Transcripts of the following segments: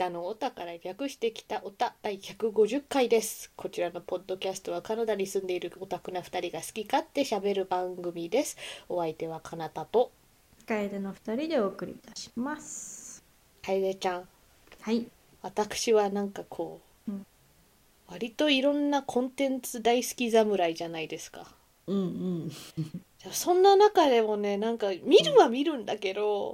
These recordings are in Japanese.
北のオタから略して北オタ第150回です。こちらのポッドキャストはカナダに住んでいるオタクな2人が好き勝手喋る番組です。お相手はかなたと楓の2人でお送りいたします。 楓ちゃん。 はい。 私はなんか割といろんなコンテンツ大好き侍じゃないですか。 うん。 そんな中でもね、なんか見るは見るんだけど、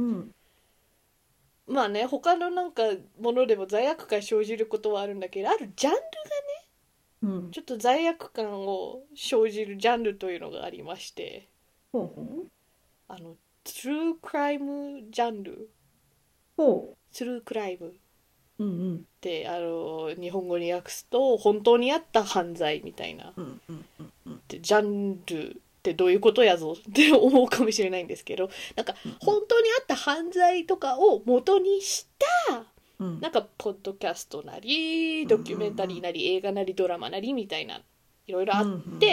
まあね、他のなんかものでも罪悪感生じることはあるんだけど、あるジャンルがね、ちょっと罪悪感を生じるジャンルというのがありまして、トゥルークライムジャンル、トゥルークライムって日本語に訳すと本当にあった犯罪みたいな、でジャンルってどういうことやぞって思うかもしれないんですけど、なんか本当にあった犯罪とかを元にしたなんかポッドキャストなりドキュメンタリーなり映画なりドラマなりみたいないろいろあって、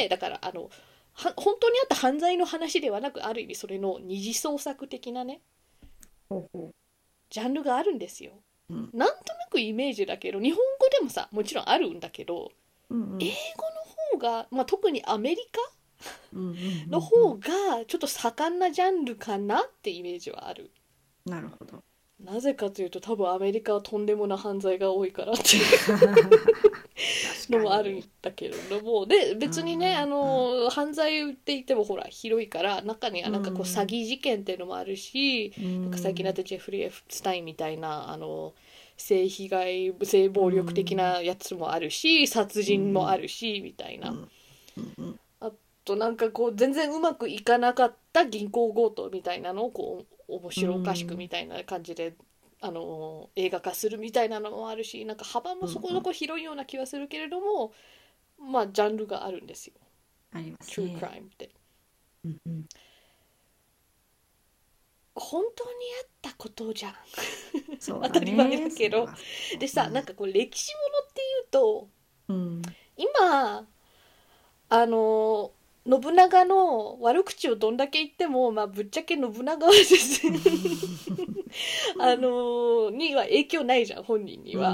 だから本当にあった犯罪の話ではなく、ある意味それの二次創作的なねジャンルがあるんですよ。なんとなくイメージだけど、日本語でもさもちろんあるんだけど、英語の方が、特にアメリカの方がちょっと盛んなジャンルかなってイメージはある。 なるほど。 なぜかというと多分アメリカはとんでもな犯罪が多いからっていうのもあるんだけれども、で別にね、犯罪って言ってもほら広いから、中にはなんか詐欺事件っていうのもあるし、なんか最近だってジェフリー・エプスタインみたいな性被害性暴力的なやつもあるし、殺人もあるしみたいな、あとなんか全然うまくいかなかった銀行強盗みたいなのを面白おかしくみたいな感じで映画化するみたいなのもあるし、なんか幅もそこそこ広いような気はするけれども、ジャンルがあるんですよ。 ありますね。 トゥークライムって、本当にあったことじゃんそうだね、 当たり前だけど。でさ、なんか歴史ものっていうと、今信長の悪口をどんだけ言っても、ぶっちゃけ信長はですねには影響ないじゃん、本人には。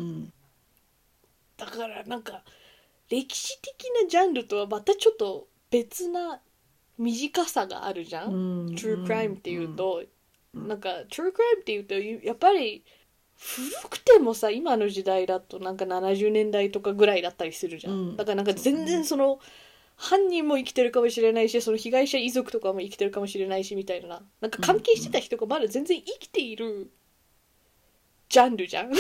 だからなんか歴史的なジャンルとはまたちょっと別な短さがあるじゃん、True Crime っていうと。なんか True Crime っていうとやっぱり古くてもさ、今の時代だとなんか70年代とかぐらいだったりするじゃん、だからなんか全然その犯人も生きてるかもしれないし、その被害者遺族とかも生きてるかもしれないしみたいな、なんか関係してた人がまだ全然生きているジャンルじゃん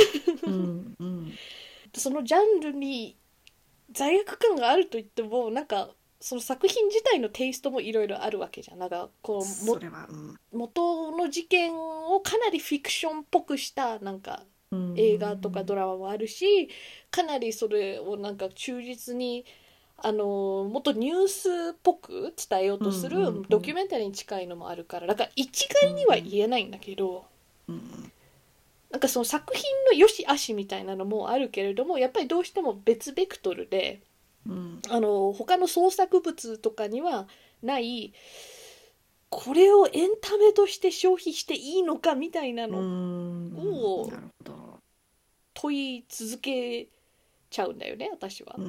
そのジャンルに罪悪感があると言っても、なんかその作品自体のテイストもいろいろあるわけじゃん。なんか元の事件をかなりフィクションっぽくしたなんか映画とかドラマもあるし、かなりそれをなんか忠実にもっとニュースっぽく伝えようとするドキュメンタリーに近いのもあるから、だから一概には言えないんだけど、なんかその作品の良し悪しみたいなのもあるけれども、やっぱりどうしても別ベクトルで、他の創作物とかにはないこれをエンタメとして消費していいのかみたいなのを問い続けちゃうんだよね、私は。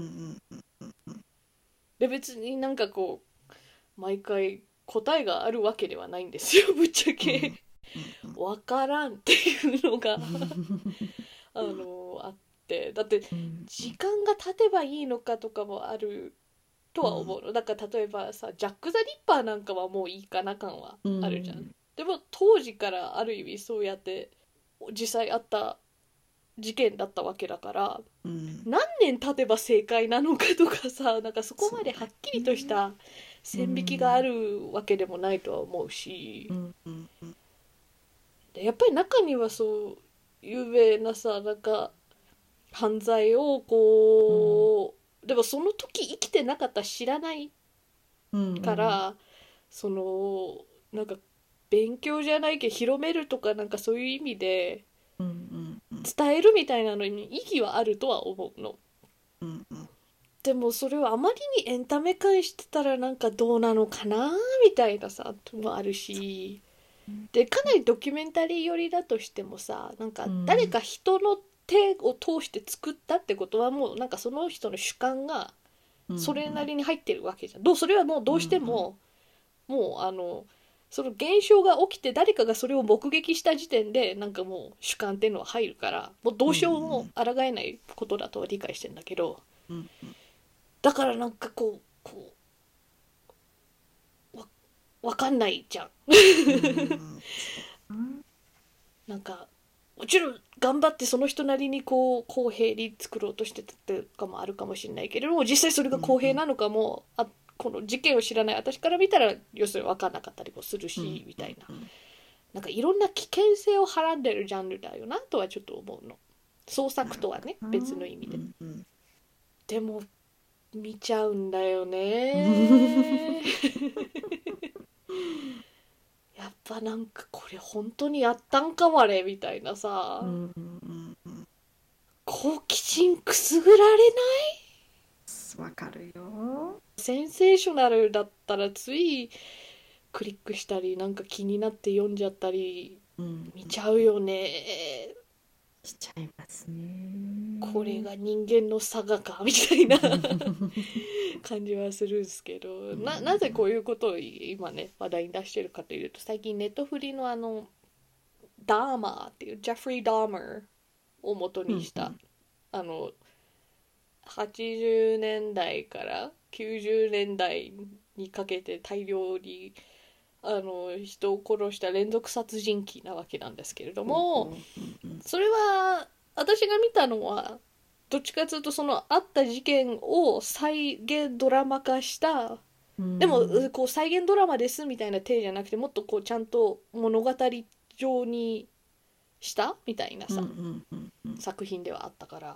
で別になんか毎回答えがあるわけではないんですよ、ぶっちゃけ。わからんっていうのがあって、だって時間が経てばいいのかとかもあるとは思うの。だから例えばさ、ジャック・ザ・リッパーなんかはもういいかな感はあるじゃん、でも当時からある意味そうやって実際あった事件だったわけだから、何年経てば正解なのかとかさ、なんかそこまではっきりとした線引きがあるわけでもないとは思うし、でやっぱり中にはそう有名なさ、なんか犯罪をでもその時生きてなかったら知らないから、そのなんか勉強じゃないけど広めるとかなんかそういう意味で伝えるみたいなのに意義はあるとは思うの。でもそれをあまりにエンタメ化してたらなんかどうなのかなみたいなさもあるし、 でかなりドキュメンタリー寄りだとしてもさ、なんか誰か人の手を通して作ったってことはもうなんかその人の主観がそれなりに入ってるわけじゃん。それはもうどうしても、もうその現象が起きて誰かがそれを目撃した時点でなんかもう主観っていうのは入るから、もうどうしようも抗えないことだとは理解してんだけど、だからなんかわかんないじゃん。なんかもちろん頑張ってその人なりに公平に作ろうとしてたってかもあるかもしれないけれども、実際それが公平なのかも、この事件を知らない私から見たら要するに分かんなかったりもするし、みたいな、なんかいろんな危険性をはらんでるジャンルだよなとはちょっと思うの。創作とはね、別の意味で。でも見ちゃうんだよね。やっぱなんかこれ本当にやったんかわれみたいなさ、好奇心くすぐられない？ わかるよ。 センセーショナルだったらついクリックしたりなんか気になって読んじゃったり見ちゃうよね。 しちゃいますね。 これが人間の差がかみたいな感じはするんですけど、なぜこういうことを今ね話題に出してるかというと、最近ネットフリのダーマーっていうジェフリー・ダーマーを元にした、80年代から90年代にかけて大量に人を殺した連続殺人鬼なわけなんですけれども、それは私が見たのはどっちかというとそのあった事件を再現ドラマ化した、でもこう再現ドラマですみたいな体じゃなくて、もっとこうちゃんと物語上にしたみたいなさ、作品ではあったから、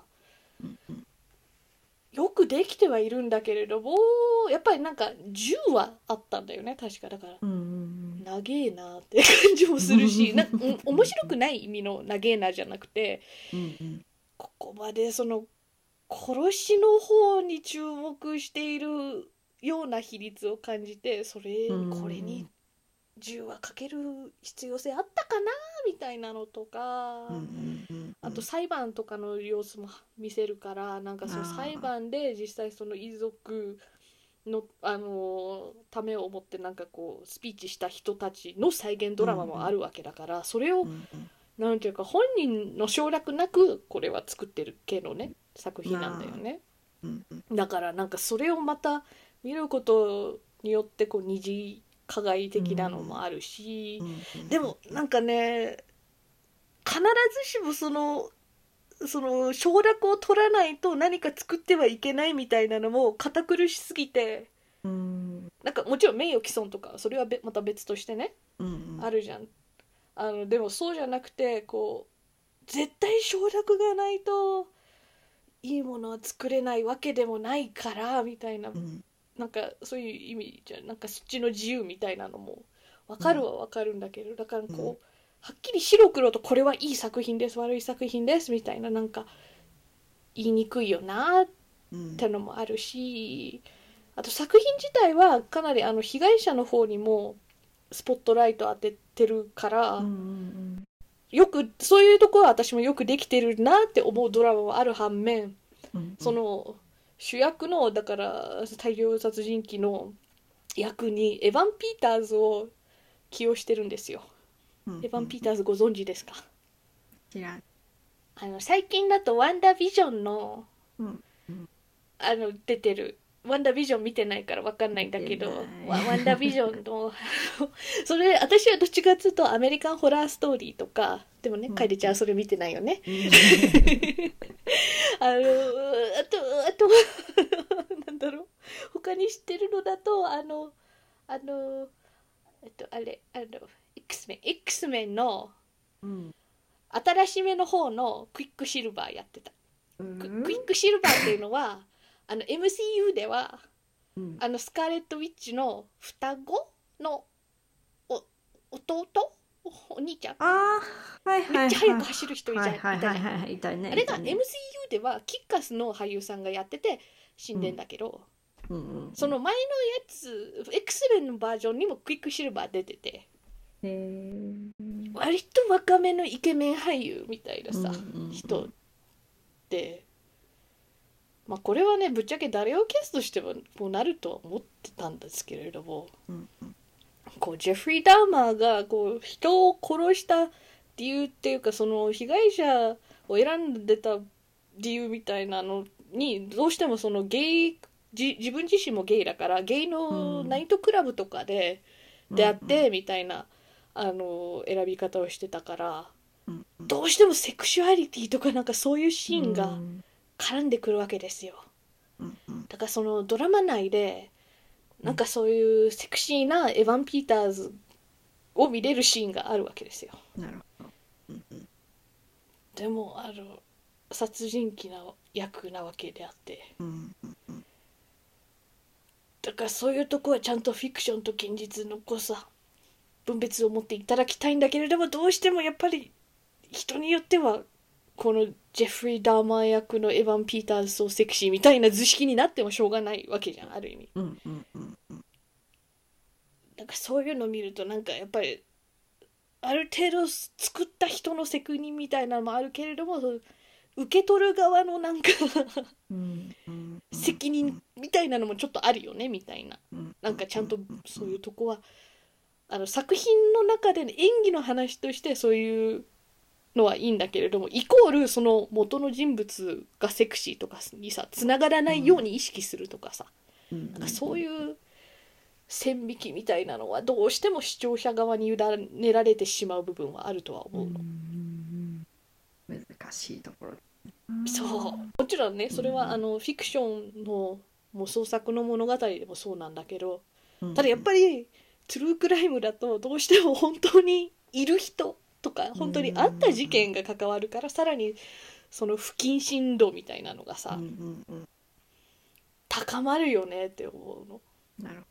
よくできてはいるんだけれども、やっぱりなんか銃はあったんだよね確か。だから長えなって感じもするし、面白くない意味の長えなじゃなくて、ここまでその殺しの方に注目しているような比率を感じて、これに銃はかける必要性あったかなみたいなのとか、あと裁判とかの様子も見せるから、なんかその裁判で実際その遺族のためを思ってなんかこうスピーチした人たちの再現ドラマもあるわけだから、それをなんていうか本人の承諾なくこれは作ってる系のね作品なんだよね。だからなんかそれをまた見ることによってこう二次加害的なのもあるし、でもなんかね、必ずしもその承諾を取らないと何か作ってはいけないみたいなのも堅苦しすぎて、なんかもちろん名誉毀損とかそれはまた別としてね、あるじゃん。でもそうじゃなくて、こう絶対承諾がないといいものは作れないわけでもないからみたいな、なんかそういう意味じゃ、なんかそっちの自由みたいなのも分かるは分かるんだけど、だからこう、はっきり白黒とこれはいい作品です悪い作品ですみたいな、なんか言いにくいよなってのもあるし、あと作品自体はかなり被害者の方にもスポットライト当ててるから、よくそういうところは私もよくできてるなって思うドラマはある反面、その主役のだから大量殺人鬼の役にエヴァン・ピーターズを起用してるんですよ。エヴァン・ピーターズご存知ですか？ 知らん。 最近だとワンダービジョンの、出てる、ワンダービジョン見てないから分かんないんだけど、ワンダービジョンのそれ私はどっちかっていうとアメリカンホラーストーリーとか、でもね、カイリちゃんそれ見てないよね。あとなんだろう、他に知ってるのだとX メンの新しめの方のクイックシルバーやってた。クイックシルバーっていうのはMCU ではスカーレット・ウィッチの双子の弟、お兄ちゃん、めっちゃ速く走る人いたじゃん、あれが MCU ではキッカスの俳優さんがやってて死んでんだけど、その前のやつ X メンのバージョンにもクイックシルバー出てて、 割と若めのイケメン俳優みたいなさ、人で、まあこれはねぶっちゃけ誰をキャストしてももうなるとは思ってたんですけれども、こうジェフリー・ダーマーがこう人を殺した理由っていうか、その被害者を選んでた理由みたいなのにどうしてもその自分自身もゲイだからゲイのナイトクラブとかで出会ってみたいな、選び方をしてたから、どうしてもセクシュアリティとかなんかそういうシーンが絡んでくるわけですよ。だからそのドラマ内でなんかそういうセクシーなエヴァン・ピーターズを見れるシーンがあるわけですよ。 なるほど。 でも殺人鬼な役なわけであって、だからそういうとこはちゃんとフィクションと現実の分別を持っていただきたいんだけれども、どうしてもやっぱり人によってはこのジェフリー・ダーマー役のエヴァン・ピーターズそうセクシーみたいな図式になってもしょうがないわけじゃん、ある意味。なんかそういうのを見るとなんかやっぱりある程度作った人の責任みたいなのもあるけれども、受け取る側のなんか責任みたいなのもちょっとあるよねみたいな、なんかちゃんとそういうとこは作品の中での演技の話としてそういうのはいいんだけれども、イコールその元の人物がセクシーとかにさつながらないように意識するとかさ、なんかそういう線引きみたいなのはどうしても視聴者側に委ねられてしまう部分はあるとは思うの。 難しいところ。 そうもちろんねそれはフィクションのもう創作の物語でもそうなんだけど、ただやっぱりトゥルークライムだとどうしても本当にいる人とか本当にあった事件が関わるから、さらにその不謹慎度みたいなのがさ、高まるよねって思うの。 なる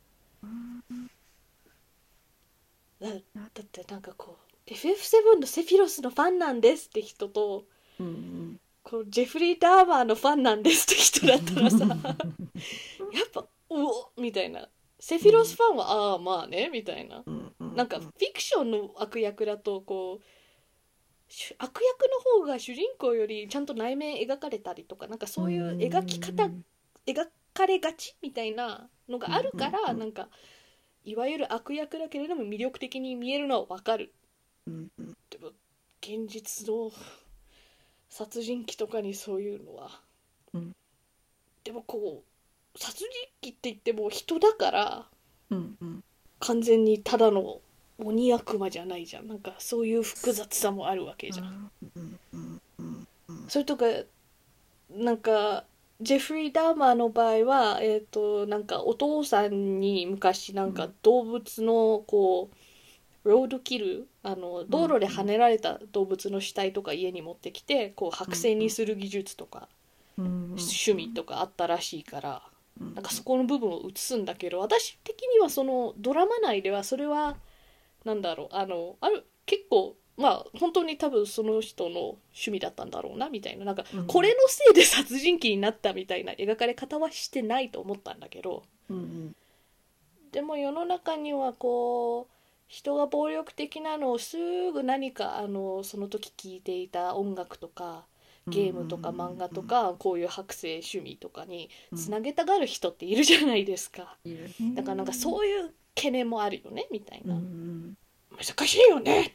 ほど。だってなんかこう FF7 のセフィロスのファンなんですって人と、こうジェフリー・ダーマーのファンなんですって人だったらさやっぱおみたいな、セフィロスファンはまあねみたいな、なんかフィクションの悪役だとこう悪役の方が主人公よりちゃんと内面描かれたりとか、なんかそういう描かれがちみたいなのがあるから、なんかいわゆる悪役だけれども魅力的に見えるのは分かる。でも現実の殺人鬼とかにそういうのは、でもこう殺人鬼って言っても人だから、完全にただの鬼悪魔じゃないじゃん。なんかそういう複雑さもあるわけじゃん。それとかなんかジェフリー・ダーマーの場合はなんかお父さんに昔なんか動物のこうロードキル道路で跳ねられた動物の死体とか家に持ってきてこう剥製にする技術とか趣味とかあったらしいから、なんかそこの部分を映すんだけど、私的にはそのドラマ内ではそれはなんだろう結構まあ本当に多分その人の趣味だったんだろうなみたいな、なんかこれのせいで殺人鬼になったみたいな描かれ方はしてないと思ったんだけど、でも世の中にはこう人が暴力的なのをすぐ何かその時聴いていた音楽とかゲームとか漫画とかこういう剥製趣味とかにつなげたがる人っているじゃないですか。だからなんかそういう懸念もあるよねみたいな、難しいよね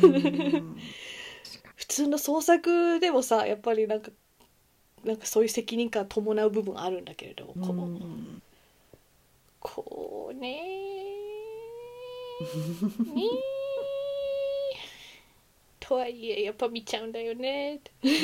普通の創作でもさやっぱりなんかそういう責任感伴う部分あるんだけれど、こうねとはいえやっぱ見ちゃうんだよね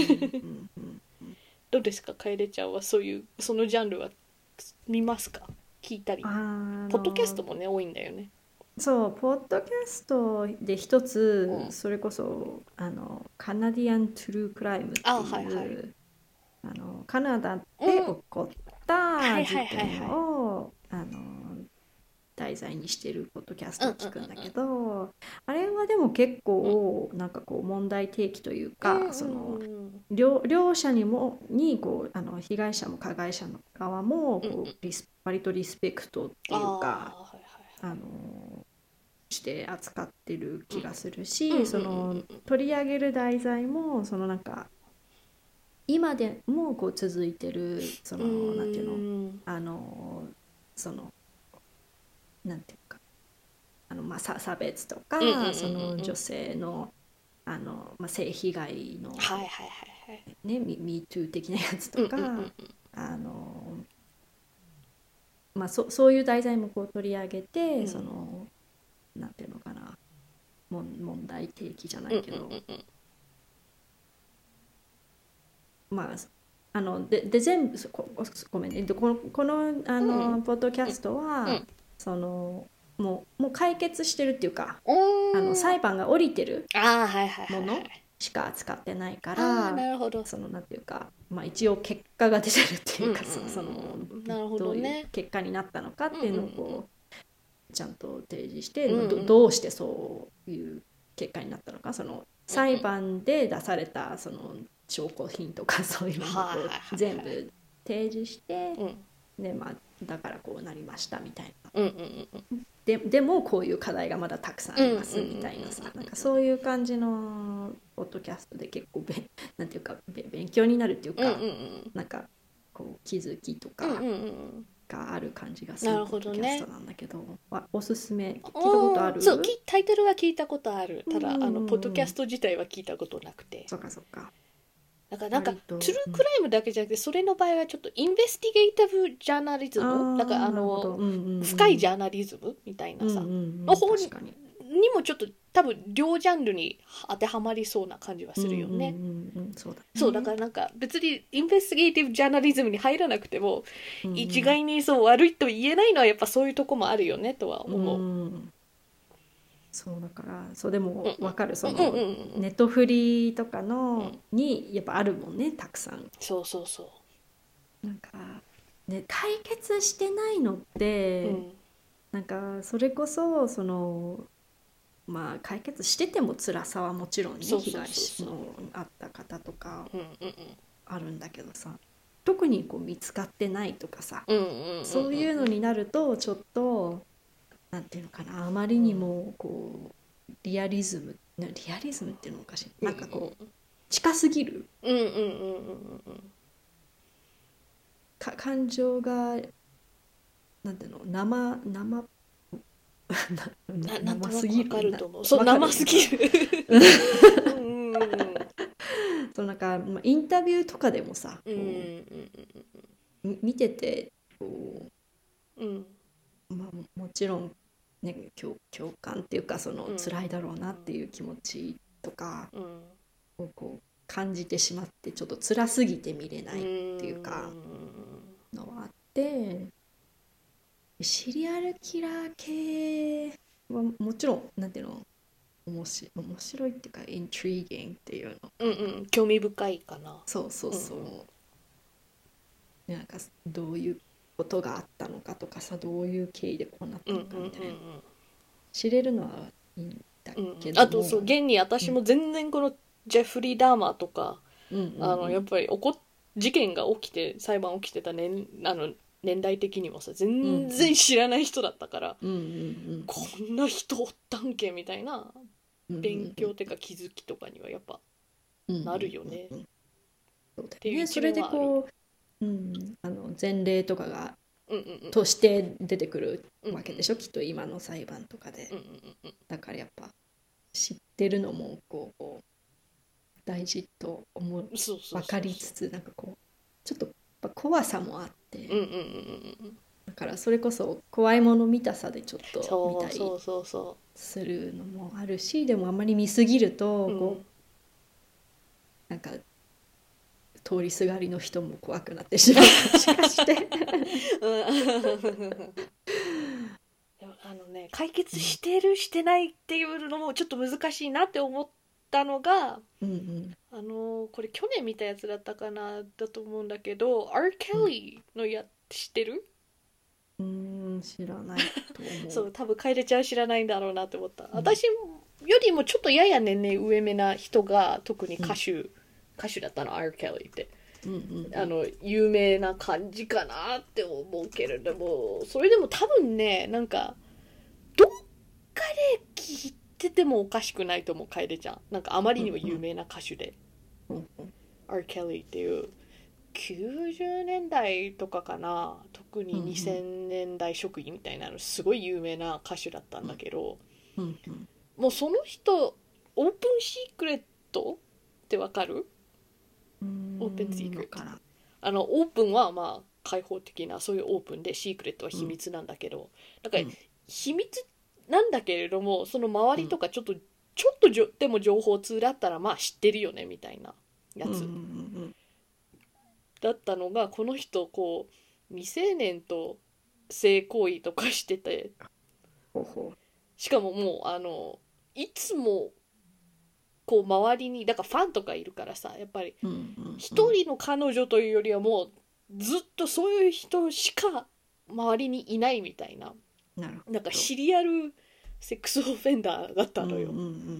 どうですか楓ちゃんはそういうそのジャンルは見ますか？聞いたりポッドキャストもね多いんだよね。 そうポッドキャストで一つ、それこそカナディアン・トゥルー・クライムっていう、カナダで起こった事件を、題材にしてるポッドキャストを聞くんだけど、あれはでも結構なんかこう問題提起というか、その両者にこう被害者も加害者の側もこう割とリスペクトっていうか、 して扱ってる気がするし、その取り上げる題材もそのなんか今でもこう続いてるそのなんていうのそのなんていうかまあ差別とかその女性のまあ、性被害の、ね、MeToo 的なやつとかまあ、そういう題材もこう取り上げて、そのなんていうのかな問題提起じゃないけど、まあで全部ごめんねこのポッドキャストは、そのもう解決してるっていうか裁判が降りてるものしか扱ってないからそのなんていうか、まあ、一応結果が出てるっていうか、そのどういう結果になったのかっていうのをこうちゃんと提示して、どうしてそういう結果になったのか、その裁判で出されたその証拠品とかそういうのを全部提示して、でまあだからこうなりましたみたいな。でもこういう課題がまだたくさんありますみたいなさ、なんかそういう感じのポッドキャストで結構なんていうか勉強になるっていうか、なんかこう気づきとかがある感じがするポッドキャストなんだけど、おすすめ聞いたことある？ そう、タイトルは聞いたことある。ただポッドキャスト自体は聞いたことなくて。 そっかそっか。 だからなんかトゥルークライムだけじゃなくて、それの場合はちょっとインベスティゲーティブジャーナリズム、なんか深いジャーナリズムみたいなさ、の方にもちょっと多分両ジャンルに当てはまりそうな感じはするよね。そうだからなんか別にインベスティゲーティブジャーナリズムに入らなくても、一概にそう悪いと言えないのはやっぱそういうとこもあるよねとは思う。 そうだからそうでも分かる、そのネットフリとかのにやっぱあるもんね、たくさん。 そうなんか、ね、解決してないのって、なんかそれこそそのまあ解決してても辛さはもちろんね、被害のあった方とかあるんだけどさ、特にこう見つかってないとかさ、そういうのになるとちょっとなんていうのかな、あまりにもこうリアリズムっていうのもおかしい、なんかこう近すぎる感情がなんていうの生すぎる、 そう生すぎるそうなんか、まあ、インタビューとかでもさ、見ててこう、まあ、もちろんね、共感っていうかその辛いだろうなっていう気持ちとかをこう感じてしまって、ちょっと辛すぎて見れないっていうかのはあって、シリアルキラー系はもちろんなんていうの面白いっていうかイントリーギングっていうの、 興味深いかな。 そう、なんかどういうことがあったのかとかさ、どういう経緯でこうなったのかみたいな、知れるのはいいんだけども、 あとそう現に私も全然このジェフリー・ダーマーとか、やっぱり事件が起きて裁判起きてた年代的にもさ全然知らない人だったから、こんな人おったんけみたいな勉強っていうか気づきとかにはやっぱなるよね。 っていうそれでこう、前例とかがとして出てくるわけでしょ、きっと今の裁判とかで。だからやっぱ知ってるのもこう大事と分かりつつ、なんかこうちょっと怖さもあって、だからそれこそ怖いもの見たさでちょっと見たりするのもあるし、でもあんまり見すぎるとこう、なんか通りすがりの人も怖くなってしまう感じがして解決してるしてないっていうのもちょっと難しいなって思ったのが、これ去年見たやつだったかなだと思うんだけど、R. Kelly の知ってる？ 知らないと思う。 そう多分楓ちゃん知らないんだろうなって思った。私よりもちょっとやや年齢上目な人が特に歌手だったの R. Kelly って、有名な感じかなって思うけれども、それでも多分ね、なんかどっかでてもおかしくないと思う、楓ちゃん。なんかあまりにも有名な歌手で、R. Kelly っていう90年代とかかな、特に2000年代初期みたいなのすごい有名な歌手だったんだけど、もうその人オープンシークレットってわかる？オープンシークレット、オープンはまあ開放的なそういうオープンで、シークレットは秘密なんだけど、だから秘密なんだけれども、その周りとかちょっとでも情報通だったらまあ知ってるよねみたいなやつだったのが、この人こう未成年と性行為とかしてて、しかももういつもこう周りにだからファンとかいるからさ、やっぱり一人の彼女というよりはもうずっとそういう人しか周りにいないみたいな、なんかシリアルセックスオフェンダーだったのよ。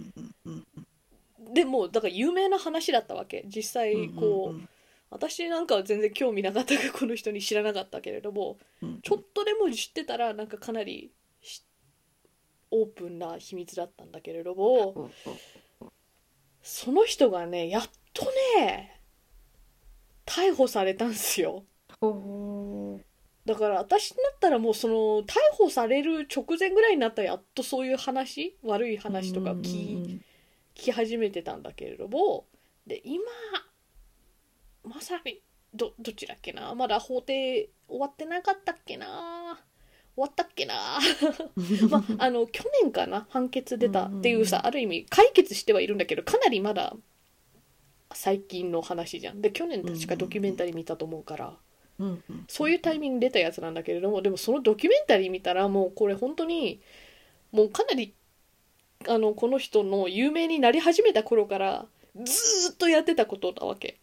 でもだから有名な話だったわけ、実際こう、私なんかは全然興味なかったからこの人に知らなかったけれども、ちょっとでも知ってたらなんかかなりオープンな秘密だったんだけれども、その人がねやっとね逮捕されたんですよ。だから私だったらもうその逮捕される直前ぐらいになったらやっとそういう話、悪い話とか聞き始めてたんだけれども、で今まさにどちらっけな、まだ法廷終わってなかったっけな、終わったっけなまあ去年かな判決出たっていうさ、ある意味解決してはいるんだけどかなりまだ最近の話じゃん。で去年確かドキュメンタリー見たと思うから、そういうタイミング出たやつなんだけれども、でもそのドキュメンタリー見たらもうこれ本当にもうかなりこの人の有名になり始めた頃からずっとやってたことだわけ。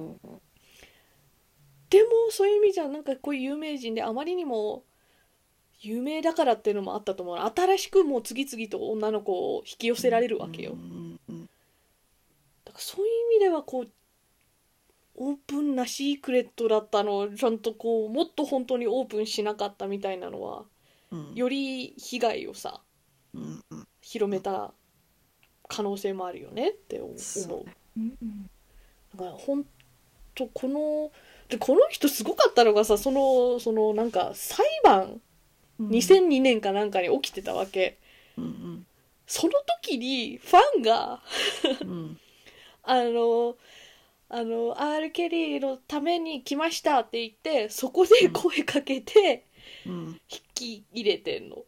でもそういう意味じゃなんかこういう有名人であまりにも有名だからっていうのもあったと思う。新しくもう次々と女の子を引き寄せられるわけよ。だからそういう意味ではこうオープンなシークレットだったのをちゃんとこうもっと本当にオープンしなかったみたいなのは、より被害をさ、広めた可能性もあるよねって思う。だから本当この人すごかったのがさ、そのなんか裁判、2002年かなんかに起きてたわけ。その時にファンがR. ケリーのために来ましたって言ってそこで声かけて引き入れてんの。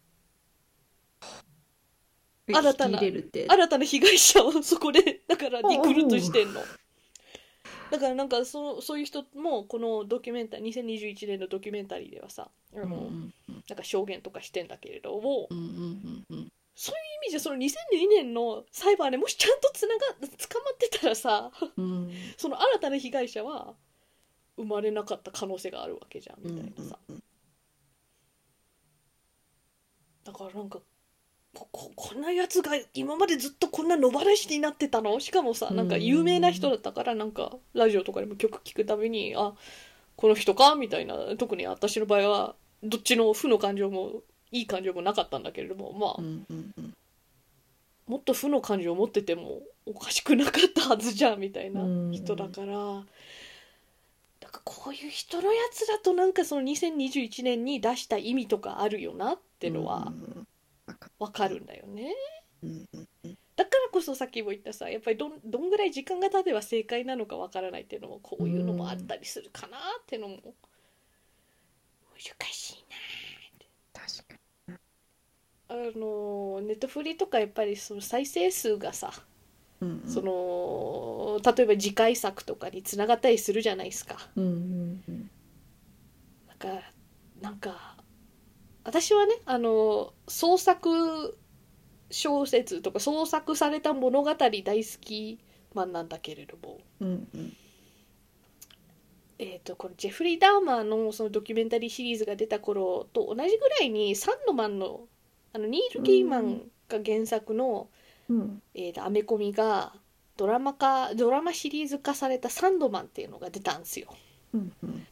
新たな被害者をそこでだからリクルートしてんの。だからなんかそういう人もこのドキュメンタリー2021年のドキュメンタリーではさなんか証言とかしてんだけれども、そういう意味じゃその2002年の裁判でもしちゃんと捕まってたらさ、その新たな被害者は生まれなかった可能性があるわけじゃんみたいなさ。だからなんかこんなやつが今までずっとこんな野放しになってたの。しかもさなんか有名な人だったからなんかラジオとかでも曲聴くたびにこの人かみたいな。特に私の場合はどっちの負の感情もいい感情もなかったんだけれども、まあ、もっと負の感情を持っててもおかしくなかったはずじゃんみたいな人だから、だからこういう人のやつだとなんかその2021年に出した意味とかあるよなってのはわかるんだよね。だからこそさっきも言ったさ、やっぱりどんぐらい時間が経てば正解なのかわからないっていうのもこういうのもあったりするかなってのも難しいなって。 確かにネットフリとかやっぱりその再生数がさ、その例えば次回作とかにつながったりするじゃないですか。だからなんか私はね創作小説とか創作された物語大好きマンなんだけれども、このジェフリー・ダーマーのそのドキュメンタリーシリーズが出た頃と同じぐらいにサンドマンのニール・ゲイマンが原作の、アメコミがドラマシリーズ化されたサンドマンっていうのが出たんですよ。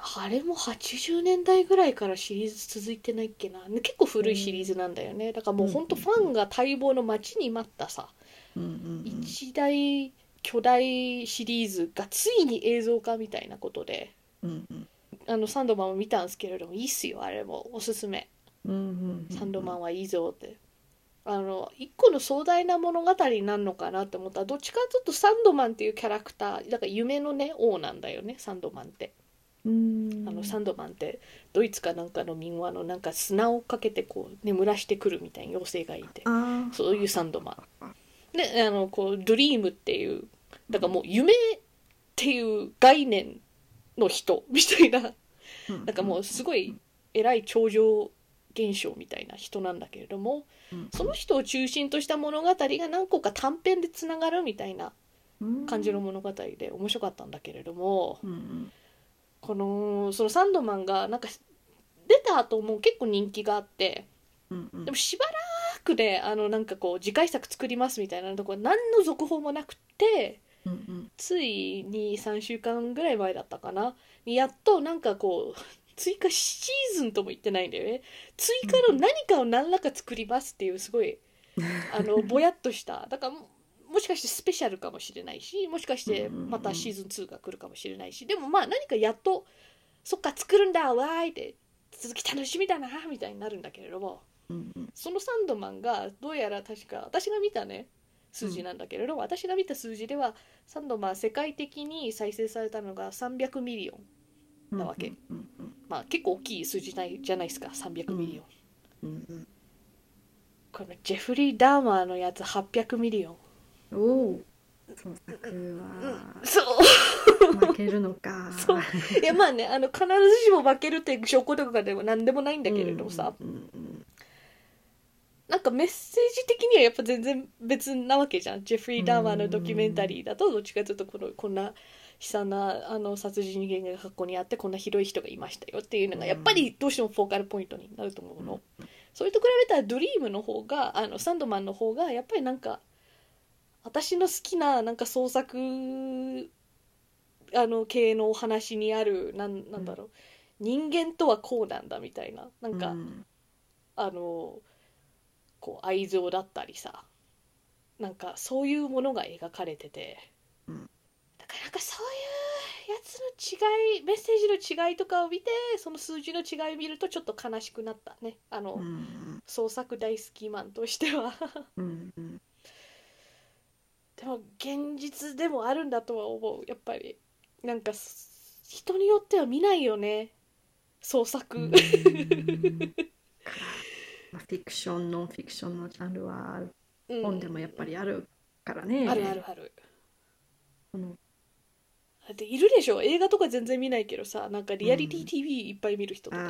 あれも80年代ぐらいからシリーズ続いてないっけな。結構古いシリーズなんだよね。だからもうほんとファンが待望の待ちに待ったさ、一大巨大シリーズがついに映像化みたいなことで、サンドマンを見たんですけれども、いいっすよ、あれもおすすめ。サンドマンはいいぞって。一個の壮大な物語になるのかなって思ったら、どっちかというとサンドマンっていうキャラクターだから夢のね王なんだよね、サンドマンって。サンドマンってドイツかなんかの民話のなんか砂をかけてこう眠らしてくるみたいな妖精がいて、そういうサンドマンで、こうドリームっていう、だからもう夢っていう概念の人みたいな、なんかもうすごい偉い超常現象みたいな人なんだけれども、その人を中心とした物語が何個か短編でつながるみたいな感じの物語で面白かったんだけれども、そのサンドマンがなんか出た後も結構人気があって、でもしばらくでなんかこう次回作作りますみたいなところ何の続報もなくて、ついに3週間ぐらい前だったかなにやっとなんかこう追加シーズンとも言ってないんだよね。追加の何かを何らか作りますっていうすごいぼやっとした、だからもしかしてスペシャルかもしれないし、もしかしてまたシーズン2が来るかもしれないし、でもまあ何かやっとそっか作るんだわーいって続き楽しみだなみたいになるんだけれども、そのサンドマンがどうやら確か私が見たね数字なんだけれども、私が見た数字ではサンドマン世界的に再生されたのが300ミリオンなわけ。まあ結構大きい数字じゃないですか、300ミリオン。このジェフリー・ダーマーのやつ800ミリオン。 おお、その作は負けるのか。 そういやまあね、必ずしも負けるって証拠とかでも何でもないんだけれどさ、なんかメッセージ的にはやっぱ全然別なわけじゃん。ジェフリー・ダーマーのドキュメンタリーだとどっちかというとこんな悲惨な殺人事件が過去にあってこんなひどい人がいましたよっていうのがやっぱりどうしてもフォーカルポイントになると思うの。それと比べたらドリームの方がサンドマンの方がやっぱりなんか私の好きななんか創作系のお話にあるなんだろう、人間とはこうなんだみたいな、なんか、こう愛情だったりさ、なんかそういうものが描かれてて、だからなんかそういうやつの違い、メッセージの違いとかを見てその数字の違いを見るとちょっと悲しくなったね、創作大好きマンとしてはでも現実でもあるんだとは思う。やっぱりなんか人によっては見ないよね、創作フィクションノンフィクションのジャンルは本でもやっぱりあるからね。 あるあるある。でいるでしょ、映画とか全然見ないけどさ、なんかリアリティ TV いっぱい見る人とか、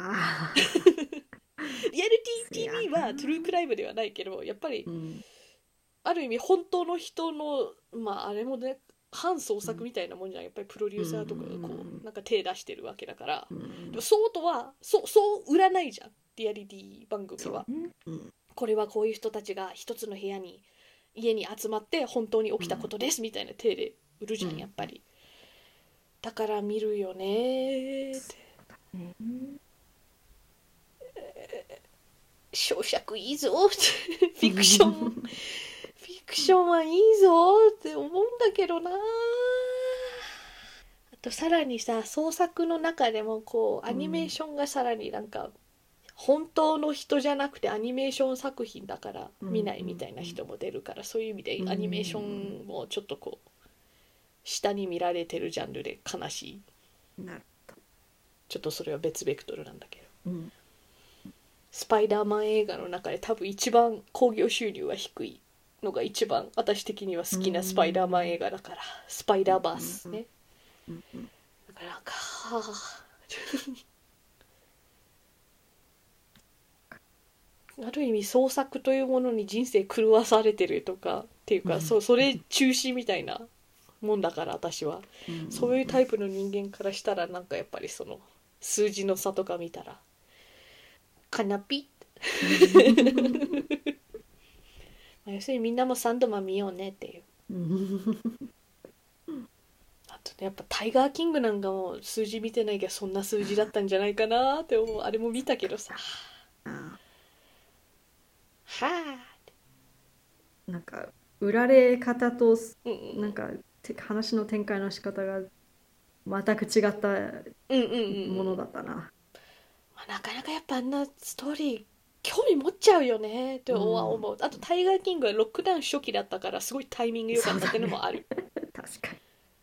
リアリティ TV はトゥルークライムではないけどやっぱり、ある意味本当の人のまああれもね反創作みたいなもんじゃん、やっぱりプロデューサーとかがこうなんか手出してるわけだから、でもそうとはそう売らないじゃんリアリティ番組は、これはこういう人たちが一つの家に集まって本当に起きたことですみたいな手で売るじゃんやっぱり、だから見るよねって、小釈いいぞってフィクションはいいぞって思うんだけどな。あとさらにさ、創作の中でもこうアニメーションがさらになんか本当の人じゃなくてアニメーション作品だから見ないみたいな人も出るから、そういう意味でアニメーションもちょっとこう下に見られてるジャンルで悲しい。ちょっとそれは別ベクトルなんだけど、スパイダーマン映画の中で多分一番興行収入が低いのが一番私的には好きなスパイダーマン映画だから、スパイダーバースね、だからなんかある意味創作というものに人生狂わされてるとかっていうか、それ中止みたいなもんだから私は、そういうタイプの人間からしたらなんかやっぱりその数字の差とか見たらカナピ要するにみんなもサンドマン見ようねっていうあとやっぱタイガーキングなんかも数字見てないけどそんな数字だったんじゃないかなって思う。あれも見たけどさ、はあ、なんか売られ方となんか話の展開の仕方が全く違ったものだったな。 なかなかやっぱあんなストーリー興味持っちゃうよねって思う。あとタイガーキングはロックダウン初期だったからすごいタイミング良かったっていうのもある。 確かに。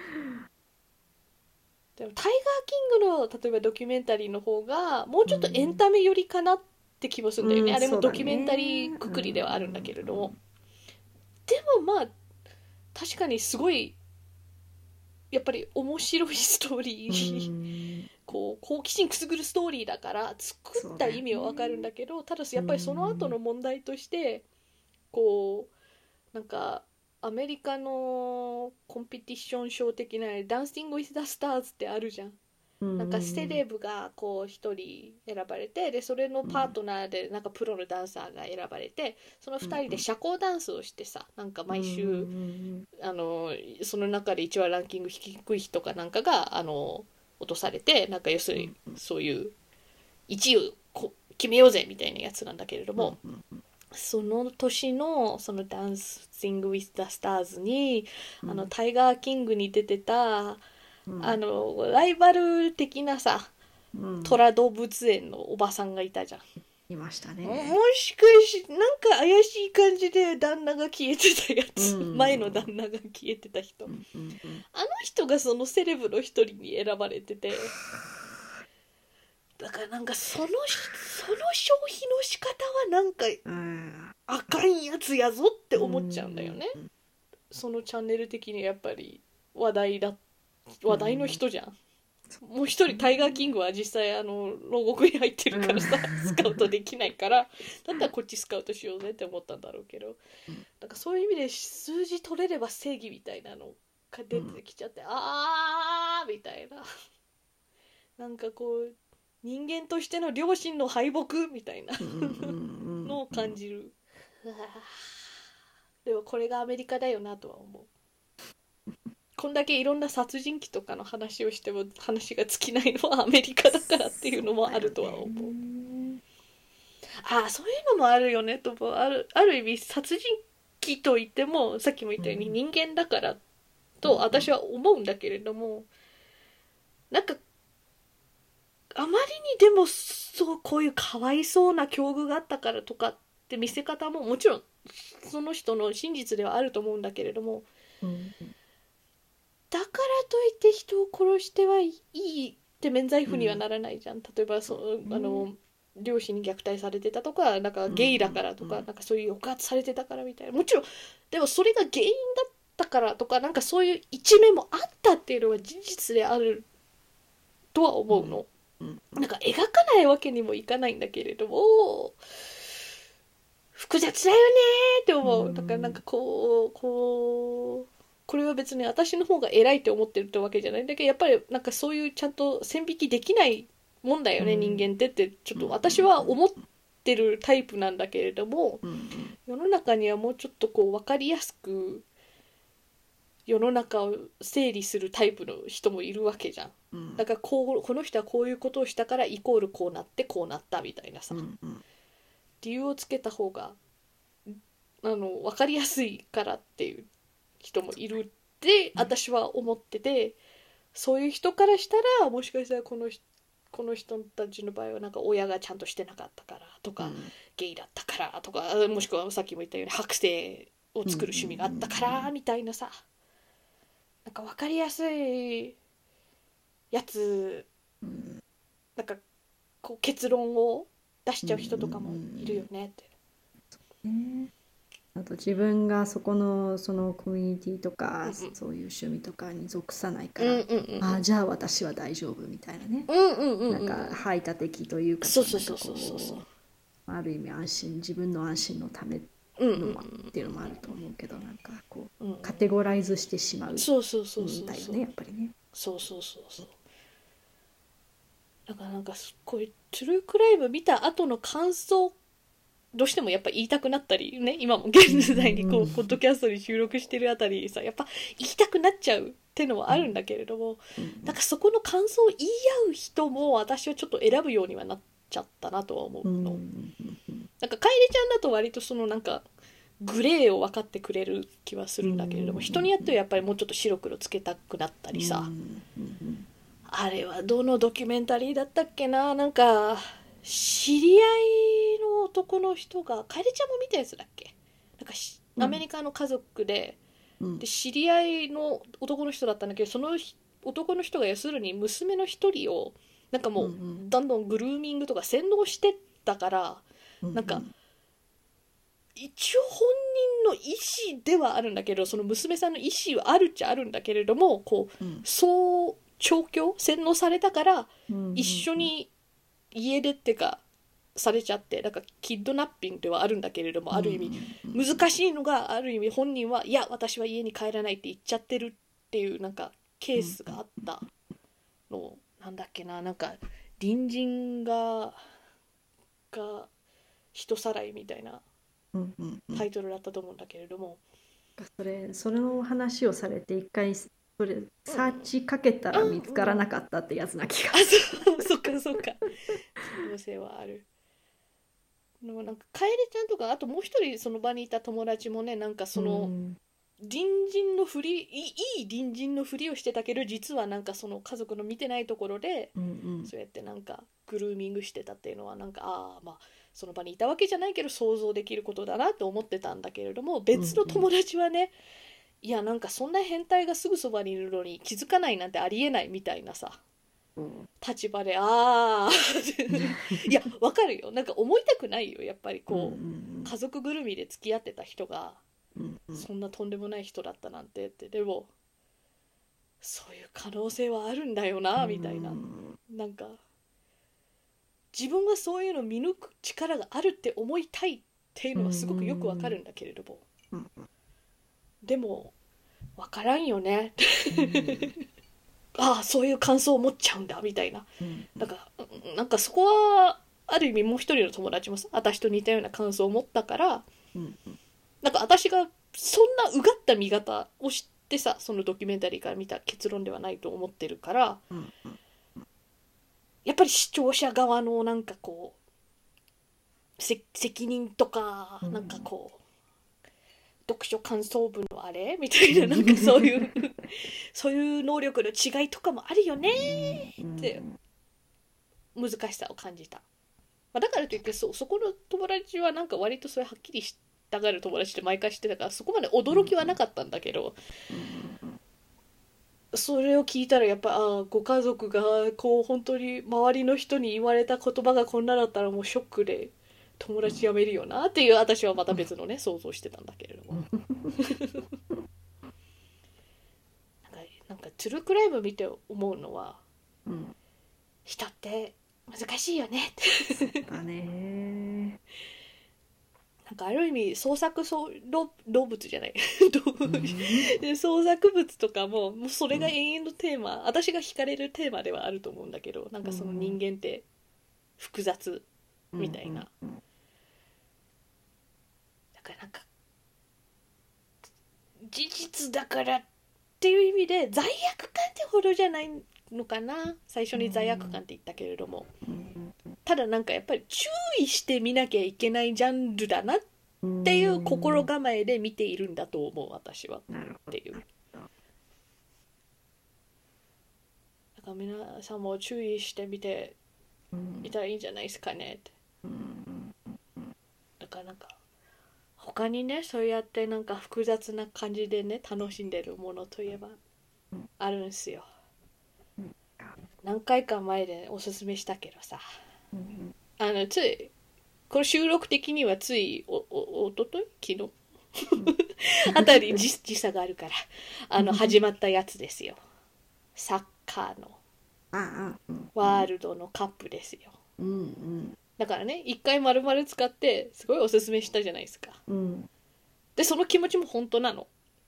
でもタイガーキングの例えばドキュメンタリーの方がもうちょっとエンタメ寄りかなって気もするんだよね、あれもドキュメンタリーくくりではあるんだけれども、でもまあ確かにすごいやっぱり面白いストーリー、こう好奇心くすぐるストーリーだから作った意味はわかるんだけど、ただやっぱりその後の問題としてこうなんかアメリカのコンペティションショー的なダンシング・ウィズ・ザ・スターズってあるじゃん。なんかセレブがこう一人選ばれて、でそれのパートナーでなんかプロのダンサーが選ばれて、その2人で社交ダンスをしてさ、なんか毎週その中で一番ランキング低い人かなんかが落とされて、なんか要するにそういう1位を決めようぜみたいなやつなんだけれども、その年のそのダンシング・ウィズ・ザ・スターズにタイガーキングに出てたライバル的なさ、虎動物園のおばさんがいたじゃん。 いましたね。 もしかしなんか怪しい感じで旦那が消えてたやつ、前の旦那が消えてた人、あの人がそのセレブの一人に選ばれてて、だからなんかその消費の仕方はなんかあかんやつやぞって思っちゃうんだよね。そのチャンネル的にやっぱり話題の人じゃん。もう一人タイガーキングは実際牢獄に入ってるからさ、スカウトできないから、だったらこっちスカウトしようぜって思ったんだろうけど、なんかそういう意味で数字取れれば正義みたいなのが出てきちゃって、あーみたいな、なんかこう人間としての良心の敗北みたいなのを感じる。でもこれがアメリカだよなとは思う。こんだけいろんな殺人鬼とかの話をしても話が尽きないのはアメリカだからっていうのもあるとは思う。そういうのもあるよねと、ある意味殺人鬼といってもさっきも言ったように人間だからと私は思うんだけれども、なんかあまりにでもこういうかわいそうな境遇があったからとかって見せ方ももちろんその人の真実ではあると思うんだけれども、だからといって人を殺してはいいって免罪符にはならないじゃん。例えば両親に虐待されてたとか、なんかゲイだからとか、なんかそういう抑圧されてたからみたいな、もちろんでもそれが原因だったからとか、なんかそういう一面もあったっていうのは事実であるとは思うの。なんか描かないわけにもいかないんだけれども、複雑だよねって思う。だからなんかこれは別に私の方が偉いって思ってるってわけじゃないんだけど、やっぱりなんかそういうちゃんと線引きできないもんだよね、人間ってちょっと私は思ってるタイプなんだけれども、世の中にはもうちょっとこう分かりやすく世の中を整理するタイプの人もいるわけじゃん。だからこの人はこういうことをしたからイコールこうなってこうなったみたいなさ、理由をつけた方が分かりやすいからっていう人もいるって私は思ってて、そういう人からしたらもしかしたらこの人たちの場合はなんか親がちゃんとしてなかったからとか、ゲイだったからとか、もしくはさっきも言ったように剥製を作る趣味があったからみたいなさ、なんか分かりやすいやつ、なんかこう結論を出しちゃう人とかもいるよねって。 あと自分がそのコミュニティとか、そういう趣味とかに属さないから、じゃあ私は大丈夫みたいなね、なんか排他的というか、ある意味安心、自分の安心のためのっていうのもあると思うけど、なんかこうカテゴライズしてしまうみたいよね、やっぱりね。 だからなんかこういうトゥルークライム見た後の感想どうしてもやっぱ言いたくなったりね、今も現在にこうポッドキャストに収録してるあたりさ、やっぱ言いたくなっちゃうってのはあるんだけれども、なんかそこの感想を言い合う人も私はちょっと選ぶようにはなっちゃったなとは思うの。なんか楓ちゃんだと割とそのなんかグレーを分かってくれる気はするんだけれども、人によってはやっぱりもうちょっと白黒つけたくなったりさ、あれはどのドキュメンタリーだったっけな、なんか知り合いの男の人が、楓ちゃんも見たやつだっけ、なんかアメリカの家族で、で知り合いの男の人だったんだけど、その男の人が要するに娘の一人をなんかもうどんどんグルーミングとか洗脳してったから、なんか一応本人の意思ではあるんだけど、その娘さんの意思はあるっちゃあるんだけれども、こう、そう調教洗脳されたから、一緒に家出ってかされちゃって、だからキッドナッピングではあるんだけれども、ある意味難しいのが、ある意味本人はいや私は家に帰らないって言っちゃってるっていうなんかケースがあったの、なんだっけな、なんか隣人が人さらいみたいなタイトルだったと思うんだけれども、 その話をされて一回それサーチかけたら見つからなかったってやつな気がする。 そっかそっか、可能性はある。でもなんか楓ちゃんとか、あともう一人その場にいた友達もね、なんかその隣人のふり、いい隣人のふりをしてたけど、実はなんかその家族の見てないところで、そうやってなんかグルーミングしてたっていうのは、なんかまあその場にいたわけじゃないけど想像できることだなと思ってたんだけれども、別の友達はね、いやなんかそんな変態がすぐそばにいるのに気づかないなんてありえないみたいなさ、立場でいやわかるよ、なんか思いたくないよやっぱりこう、家族ぐるみで付き合ってた人がそんなとんでもない人だったなんてって、でもそういう可能性はあるんだよなみたいな、なんか自分はそういうの見抜く力があるって思いたいっていうのはすごくよくわかるんだけれども、でもわからんよねああそういう感想を持っちゃうんだみたいな、なんかそこはある意味もう一人の友達もさ、私と似たような感想を持ったから、なんか私がそんなうがった見方をしてさ、そのドキュメンタリーから見た結論ではないと思ってるから、やっぱり視聴者側のなんかこう責任とか、なんかこう読書感想文のあれみたいな、なんかそういうそういう能力の違いとかもあるよねって難しさを感じた。だからといってそこの友達はなんか割とそれはっきりしたがる友達って毎回知ってたから、そこまで驚きはなかったんだけど、それを聞いたらやっぱご家族がこう本当に周りの人に言われた言葉がこんなだったらもうショックで友達辞めるよなっていう、私はまた別のね想像してたんだけれどもなんかトゥルークライム見て思うのは、人って難しいよねだねなんかある意味創作動物じゃない創作物とかもうそれが永遠のテーマ、私が惹かれるテーマではあると思うんだけど、なんかその人間って複雑みたいな、だからなんか事実だからっていう意味で罪悪感ってほどじゃないのかな。最初に罪悪感って言ったけれども、ただなんかやっぱり注意して見なきゃいけないジャンルだなっていう心構えで見ているんだと思う私はっていう。だから皆さんも注意してみていたらいいんじゃないですかねって。だからなんか他にね、そうやってなんか複雑な感じでね楽しんでるものといえばあるんですよ。何回か前でおすすめしたけどさ、ついこれ収録的にはついおととい昨日あたり時差があるから始まったやつですよ。サッカーのワールドのカップですよ。だからね一回丸々使ってすごいおすすめしたじゃないですか。でその気持ちも本当なの。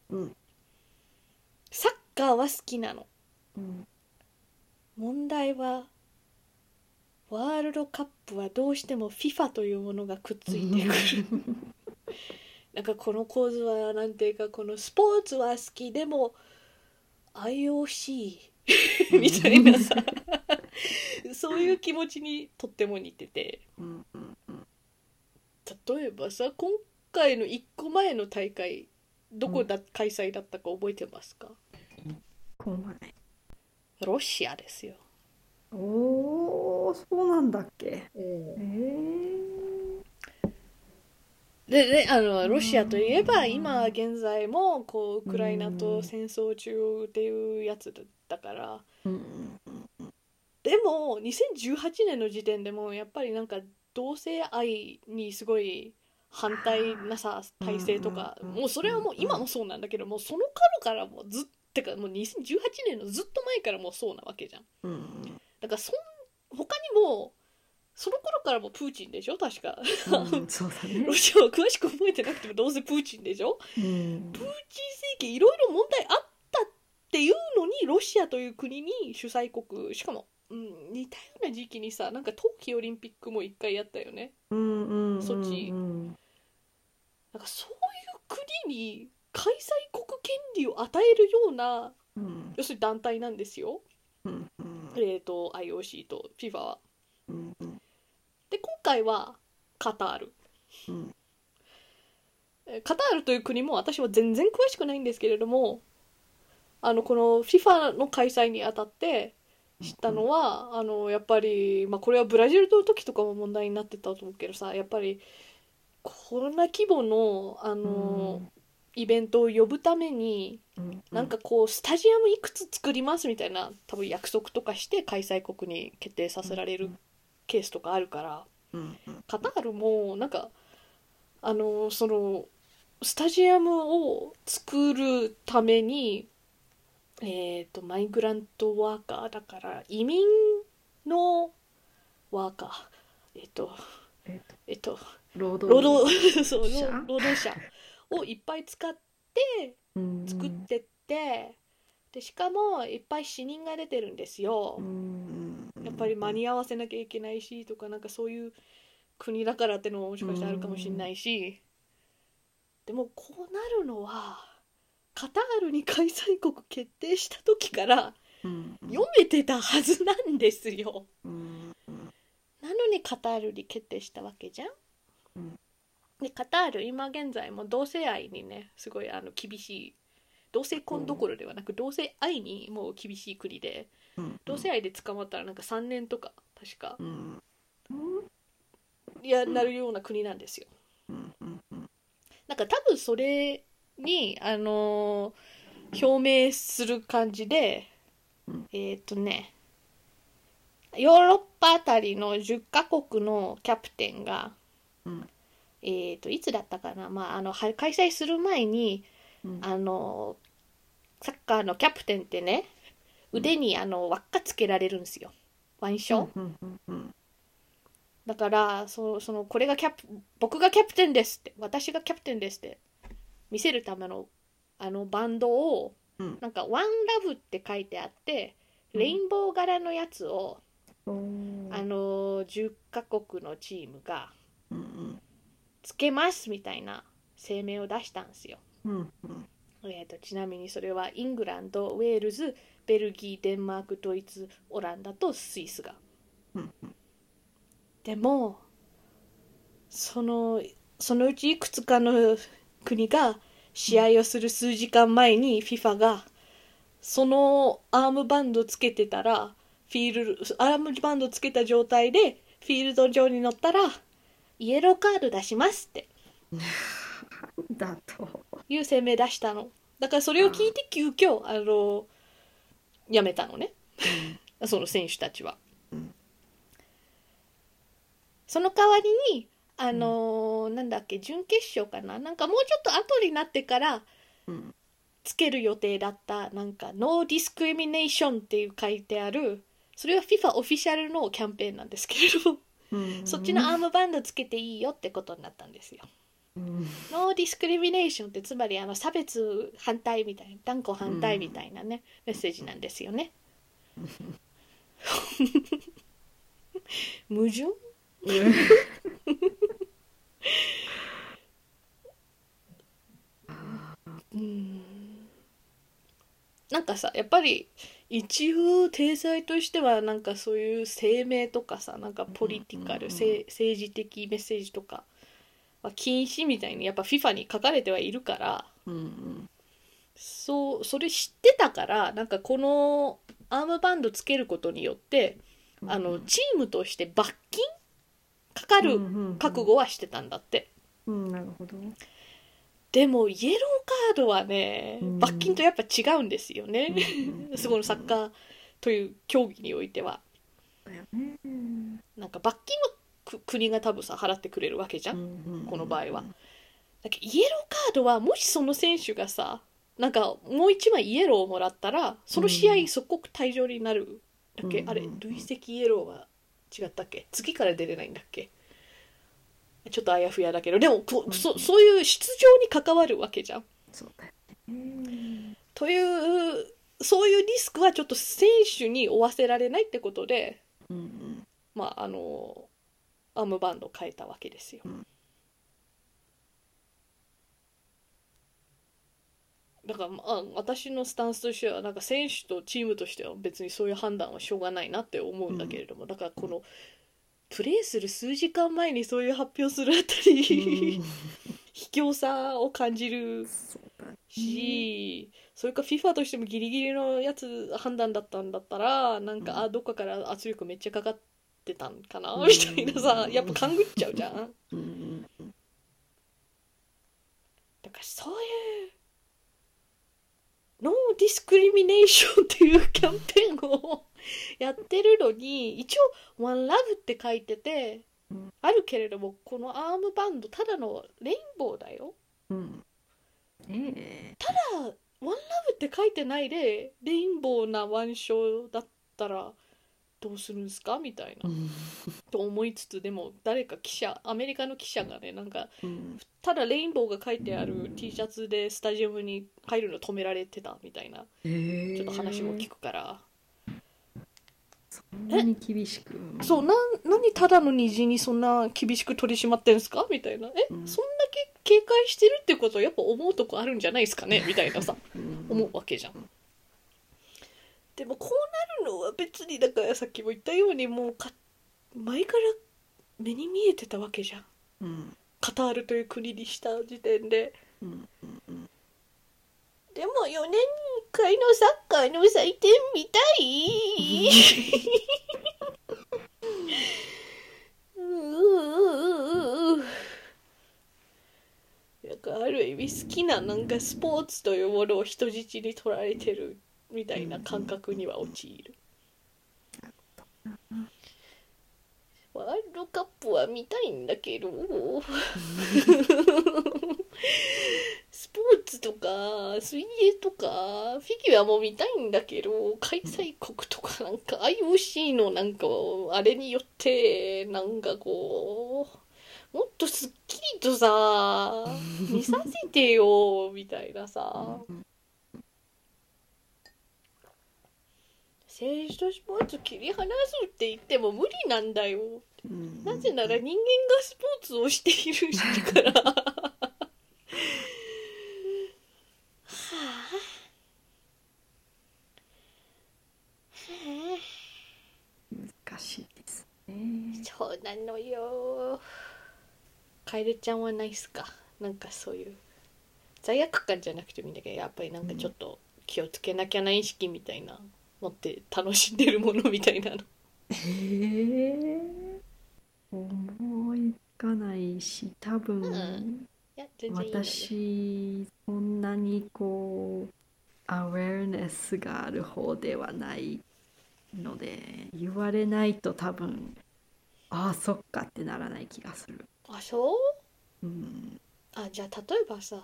サッカーは好きなの。問題はワールドカップはどうしても FIFA というものがくっついてくるなんかこの構図はなんていうか、このスポーツは好きでも IOC みたいなさそういう気持ちにとっても似てて、例えばさ、今回の1個前の大会どこだ、開催だったか覚えてますか？ロシアですよ。 おー、そうなんだっけ。 で、ロシアといえば今現在もこうウクライナと戦争中っていうやつだから、でも2018年の時点でもやっぱりなんか同性愛にすごい反対なさ体制とか、もうそれはもう今もそうなんだけど、もうその頃からもうずっとてかもう2018年のずっと前からもうそうなわけじゃん。だから他にもその頃からもプーチンでしょ確か、 そうだね、 ロシアは詳しく覚えてなくてもどうせプーチンでしょ、プーチン政権いろいろ問題あったっていうのにロシアという国に主催国、しかも、似たような時期にさ、なんか冬季オリンピックも一回やったよね、ソチ。なんかそういう国に開催国権利を与えるような、要するに団体なんですよ、IOC と FIFA は。で今回はカタール、カタールという国も私は全然詳しくないんですけれども、この FIFA の開催にあたって知ったのは、やっぱり、これはブラジルの時とかも問題になってたと思うけどさ、やっぱりこんな規模の、イベントを呼ぶために、なんかこうスタジアムいくつ作りますみたいな多分約束とかして開催国に決定させられるケースとかあるから、カタールもなんかそのスタジアムを作るためにマイグラントワーカーだから移民のワーカー労働者をいっぱい使って作ってって、でしかもいっぱい死人が出てるんですよ。やっぱり間に合わせなきゃいけないしとか、なんかそういう国だからってのももしかしたらあるかもしれないし、でもこうなるのはカタールに開催国決定した時から読めてたはずなんですよ。なのにカタールに決定したわけじゃん。でカタール今現在も同性愛にねすごい厳しい、同性婚どころではなく同性愛にもう厳しい国で、同性愛で捕まったらなんか3年とか確か、なるような国なんですよ。なんか多分それに表明する感じで、ヨーロッパあたりの10カ国のキャプテンが、いつだったかな、開催する前に、サッカーのキャプテンってね、腕に輪っかつけられるんですよ、腕章。だからこれが僕がキャプテンですって、私がキャプテンですって見せるためのバンドを、なんかワンラブって書いてあってレインボー柄のやつを、10カ国のチームがつけますみたいな声明を出したんですよ。ちなみにそれはイングランド、ウェールズ、ベルギー、デンマーク、ドイツ、オランダとスイスが。でもそのうちいくつかの国が試合をする数時間前に FIFA がそのアームバンドつけてたら、アームバンドつけた状態でフィールド上に乗ったらイエローカード出しますってだという声明出したの。だからそれを聞いて急遽やめたのね、その選手たちは。その代わりになんだっけ、準決勝かな、なんかもうちょっと後になってからつける予定だったなんかノーディスクリミネーションっていう書いてある、それは FIFA オフィシャルのキャンペーンなんですけれど、そっちのアームバンドつけていいよってことになったんですよ。ノーディスクリミネーションってつまり差別反対みたいな、断固反対みたいなね、メッセージなんですよね。 矛盾なんかさやっぱり一応体裁としてはなんかそういう声明とかさなんかポリティカル、政治的メッセージとかは禁止みたいにやっぱ FIFA に書かれてはいるから、それ知ってたからなんかこのアームバンドつけることによってチームとして罰金かかる覚悟はしてたんだって。 なるほど。 でもイエローカードはね、罰金とやっぱ違うんですよね。そこのサッカーという競技においては。なんか罰金は国が多分さ払ってくれるわけじゃん、この場合は。だけどイエローカードはもしその選手がさなんかもう一枚イエローをもらったらその試合即刻退場になるだっけ、あれ累積イエローは違ったっけ、次から出れないんだっけ、ちょっとあやふやだけどでもそういう出場に関わるわけじゃん。 そうだよというそういうリスクはちょっと選手に負わせられないってことで、まあアームバンドを変えたわけですよ。だから私のスタンスとしてはなんか選手とチームとしては別にそういう判断はしょうがないなって思うんだけれども、だからこのプレーする数時間前にそういう発表するあたり卑怯さを感じるし、それか FIFA としてもギリギリのやつ判断だったんだったらなんかどっかから圧力めっちゃかかってたんかなみたいなさ、やっぱ勘ぐっちゃうじゃん。だからそういうノーディスクリミネーションっていうキャンペーンをやってるのに一応ワンラブって書いててあるけれども、このアームバンドただのレインボーだよ、ただワンラブって書いてないでレインボーな腕章だったらどうするんすかみたいな、と思いつつ、でも誰かアメリカの記者がねなんか、ただレインボーが書いてある T シャツでスタジアムに入るの止められてたみたいな、ちょっと話も聞くから、 そんなに厳しくそう何ただの虹にそんな厳しく取り締まってんすかみたいな、そんだけ警戒してるってことはやっぱ思うとこあるんじゃないですかねみたいなさ思うわけじゃん。でもこうなるのは別にだからさっきも言ったようにもう前から目に見えてたわけじゃん、カタールという国にした時点で、でも4年に1回のサッカーの祭典見たいなんかある意味好きななんかスポーツというものを人質に取られてるみたいな感覚には陥る。ワールドカップは見たいんだけどスポーツとか水泳とかフィギュアも見たいんだけど、開催国とかなんか IOC のなんかあれによってなんかこうもっとすっきりとさ見させてよみたいなさ、政治とスポーツ切り離すって言っても無理なんだよ、なぜなら人間がスポーツをしているからは難しいですね。 そうなのよ。楓ちゃんはないっすか、なんかそういう罪悪感じゃなくてもいいんだけどやっぱりなんかちょっと気をつけなきゃな意識みたいな持って楽しんでるものみたいなの思いつかないし多分、 いや全然いいので私そんなにこうアウェアネスがある方ではないので言われないと多分そっかってならない気がする。 そう、じゃあ例えばさ、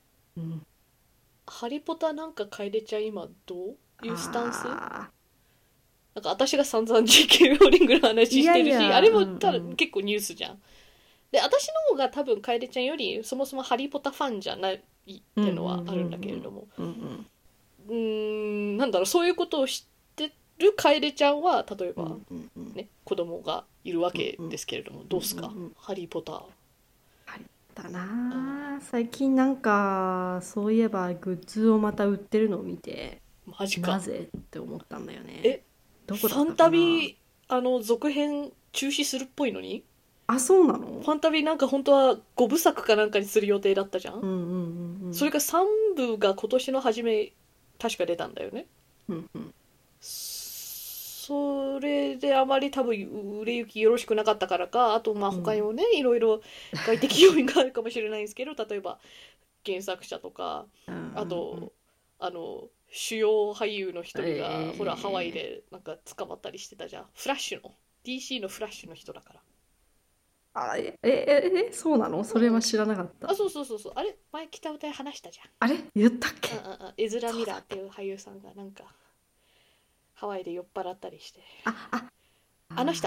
ハリポタなんか楓ちゃん今どういうスタンス？なんか私が散々 JK ローリングの話してるし、あれもただ結構ニュースじゃん。で私の方が多分楓ちゃんよりそもそもハリポタファンじゃないっていうのはあるんだけれども、なんだろう、そういうことを知ってる楓ちゃんは例えば、ね、子供がいるわけですけれども、どうですか、ハリー・ポッター。 ハリー・ポッターな、最近なんかそういえばグッズをまた売ってるのを見て、 マジか。 なぜって思ったんだよね。 どこだったかな。ファンタビ続編中止するっぽいのに。 あ、そうなの。 ファンタビなんか本当は5部作かなんかにする予定だったじゃん。それが3部が今年の初め確か出たんだよね。それであまり多分売れ行きよろしくなかったからか、あとまあ他にもね、いろいろ外的要因があるかもしれないんですけど、例えば原作者とか、あと主要俳優の一人が、ほらハワイでなんか捕まったりしてたじゃん。フラッシュの DC のフラッシュの人だから。 そうなの？それは知らなかった。 そう。あれ前北歌で話したじゃん。 あれ言ったっけ？ エズラ・ミラーっていう俳優さんがなんかハワイで酔っ払ったりして。あの人。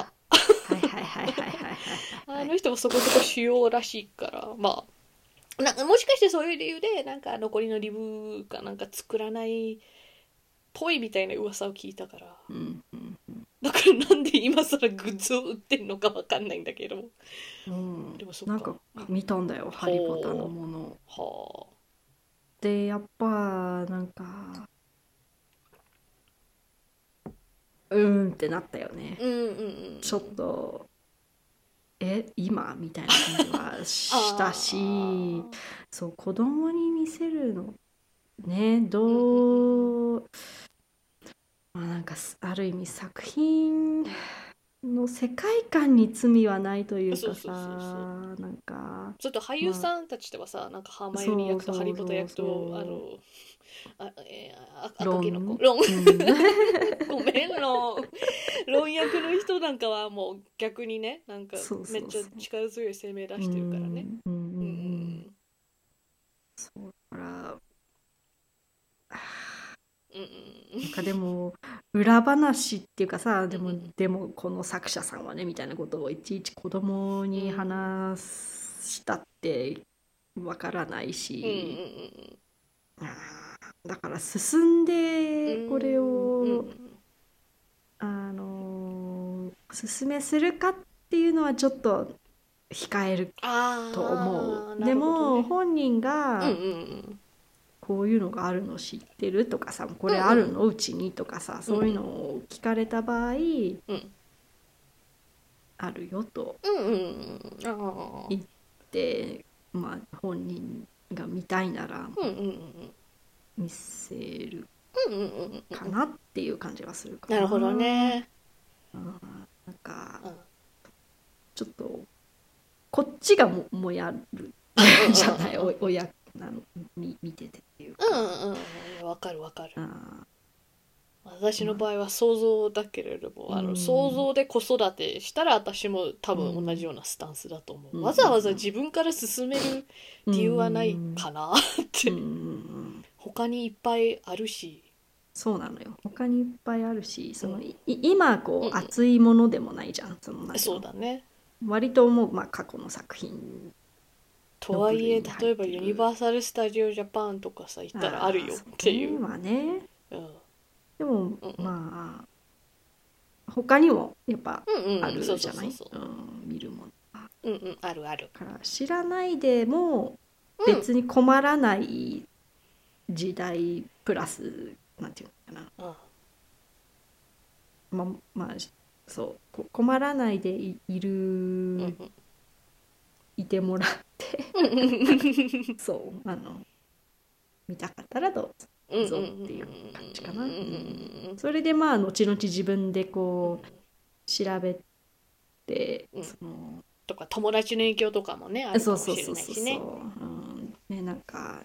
あの人もそこそこ主要らしいから、まあもしかしてそういう理由でなんか残りのリブかなんか作らないぽいみたいな噂を聞いたから、だからなんで今更グッズを売ってんのかわかんないんだけど、 でもそっか、なんか見たんだよ、ハリー・ポッターのもの。でやっぱなんかってなったよね。ちょっと今みたいな感じはしたしそう、子供に見せるのね、なんかある意味作品の世界観に罪はないというかさ、なんかちょっと俳優さんたちではさ、なんかハーマイオニー役とハリー・ポッター役と赤毛の子ロンごめんロン役の人なんかはもう逆にね、なんかめっちゃ力強い声明出してるからね。 そうだからなんかでも裏話っていうかさ、でもこの作者さんはねみたいなことをいちいち子供に話したってわからないし、だから進んでこれを進めするかっていうのはちょっと控えると思う。でも本人がこういうのがあるの知ってるとかさ、これあるのうちにとかさ、そういうのを聞かれた場合、あるよと言って、まあ本人が見たいなら見せるかなっていう感じはするかな。 なるほどね。 なんかちょっとこっちがもやるじゃない、親なの見ててっていうか。 わかる。私の場合は想像だけれども、想像で子育てしたら私も多分同じようなスタンスだと思う。わざわざ自分から進める理由はないかなって他にいっぱいあるし。 そうなのよ、他にいっぱいあるし、今こう熱いものでもないじゃん。 そうだね、 割ともう、過去の作品とはいえ、例えばユニバーサル・スタジオ・ジャパンとかさ行ったらあるよっていう。 でも、他にもやっぱあるじゃない、見るものあるから知らないでも別に困らない時代プラス、なんていうのかな、そう困らないでいてもらってそう見たかったらどうぞっていう感じかな。それで後々自分でこう調べて、 とか友達の影響とかもねあるかもしれないしね。 なんか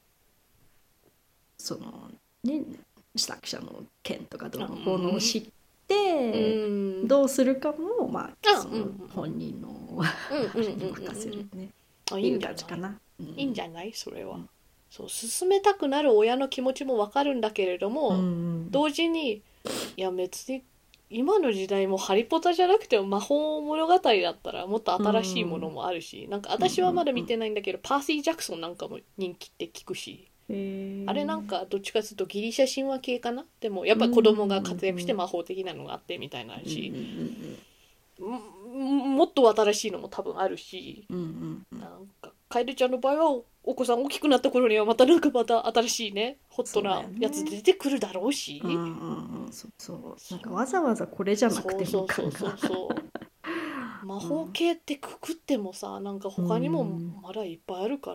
作者の件とかどうのこうのを知ってどうするかも本人のに任せるね。いい感じかな。 いいんじゃないそれは。そう進めたくなる親の気持ちも分かるんだけれども、同時にいや別に今の時代もハリポタじゃなくても魔法物語だったらもっと新しいものもあるし、なんか私はまだ見てないんだけど、パーシー・ジャクソンなんかも人気って聞くし、あれなんかどっちかというとギリシャ神話系かな。でもやっぱ子供が活躍して魔法的なのがあってみたいなし、 もっと新しいのも多分あるし、なんか楓ちゃんの場合はお子さん大きくなった頃にはまた新しいねホットなやつ出てくるだろうし、 そうなんかわざわざこれじゃなくても魔法系ってくくってもさ、なんか他にもまだいっぱいあるから、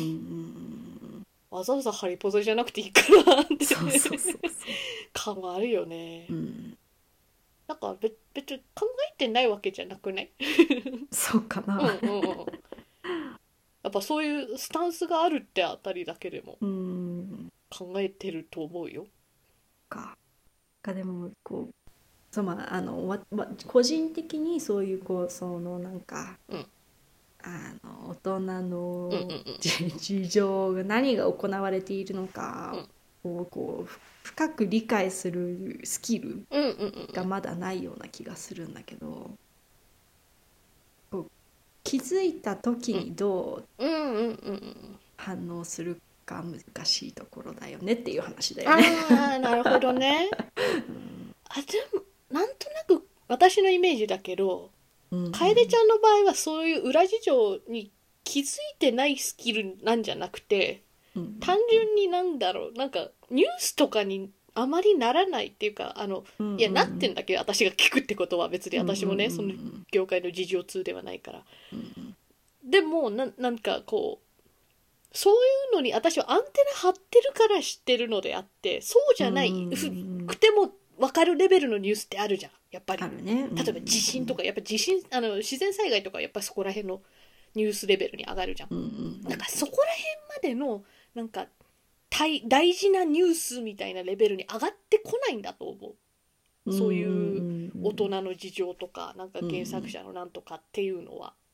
わざわざハリポタじゃなくていいからって感はあるよね。なんか別に考えてないわけじゃなくない？ そうかな。 やっぱそういうスタンスがあるってあたりだけでも考えてると思うよ。 でもこう個人的にそういうなんか、大人の事情が何が行われているのかをこう深く理解するスキルがまだないような気がするんだけど、気づいた時にどう反応するか難しいところだよねっていう話だよね。 なるほどね。でもなんとなく私のイメージだけど、楓ちゃんの場合はそういう裏事情に気づいてないスキルなんじゃなくて、単純になんかニュースとかにあまりならないっていうか、いやなってんだけど、私が聞くってことは別に私もね、その業界の事情通ではないから、でもなんかこうそういうのに私はアンテナ張ってるから知ってるのであって、そうじゃないくても分かるレベルのニュースってあるじゃん、やっぱり。例えば地震とか、やっぱ自然災害とかやっぱそこら辺のニュースレベルに上がるじゃん。なんかそこら辺までのなんか大事なニュースみたいなレベルに上がってこないんだと思う。そういう大人の事情とか、なんか原作者のなんとかっていうのは。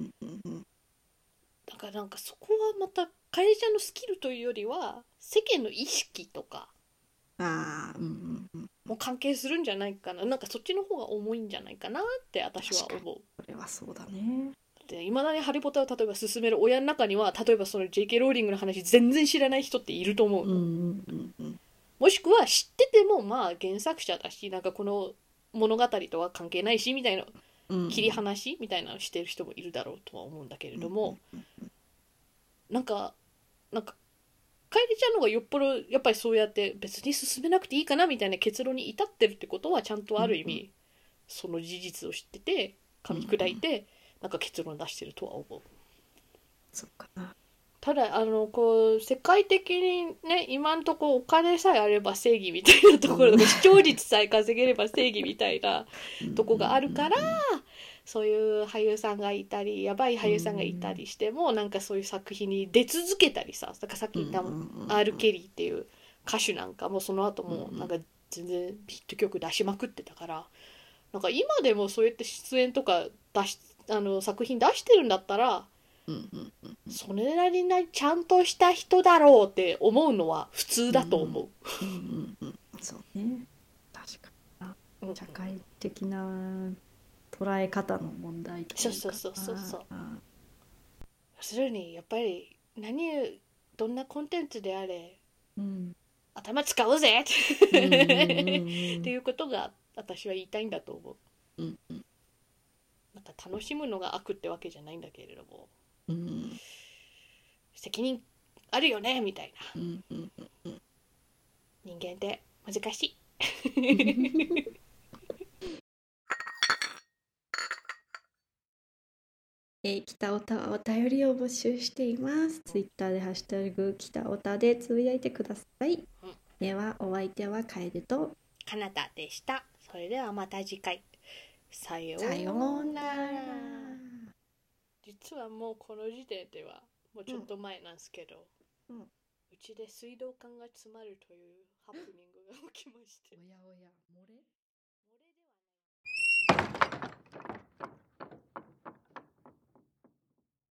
だからなんかそこはまた楓ちゃんのスキルというよりは世間の意識とかも関係するんじゃないかな。なんかそっちの方が重いんじゃないかなって私は思う。 それはそうだね。 いまだにハリポタを例えば進める親の中には、例えばその JK ローリングの話全然知らない人っていると思う。もしくは知っててもまあ原作者だし、なんかこの物語とは関係ないしみたいな切り離しみたいなのをしてる人もいるだろうとは思うんだけれども、なんか楓ちゃんの方がよっぽどやっぱりそうやって別に進めなくていいかなみたいな結論に至ってるってことは、ちゃんとある意味その事実を知ってて噛み砕いてなんか結論出してるとは思う。 そうかな。 ただこう世界的にね、今んとこお金さえあれば正義みたいなところとか視聴率さえ稼げれば正義みたいなとこがあるから、そういう俳優さんがいたりやばい俳優さんがいたりしても、なんかそういう作品に出続けたりさ、だからさっき言った R. ケリーっていう歌手なんかもその後もなんか全然ヒット曲出しまくってたから、なんか今でもそうやって出演とか作品出してるんだったら、それなりにちゃんとした人だろうって思うのは普通だと思う。 そうね、確かに社会的な捉え方の問題というか。 そう要するにやっぱりどんなコンテンツであれ、頭使おうぜっていうことが私は言いたいんだと思う。なんか楽しむのが悪ってわけじゃないんだけれども、責任あるよねみたいな、人間って難しい。 北オタはお便りを募集しています。ツイッターでハッシュタグ北オタでつぶやいてください。ではお相手は楓とかなたでした。それではまた次回。さようなら。実はもうこの時点ではもうちょっと前なんですけど、うちで水道管が詰まるというハプニングが起きまして。 おやおや、漏れ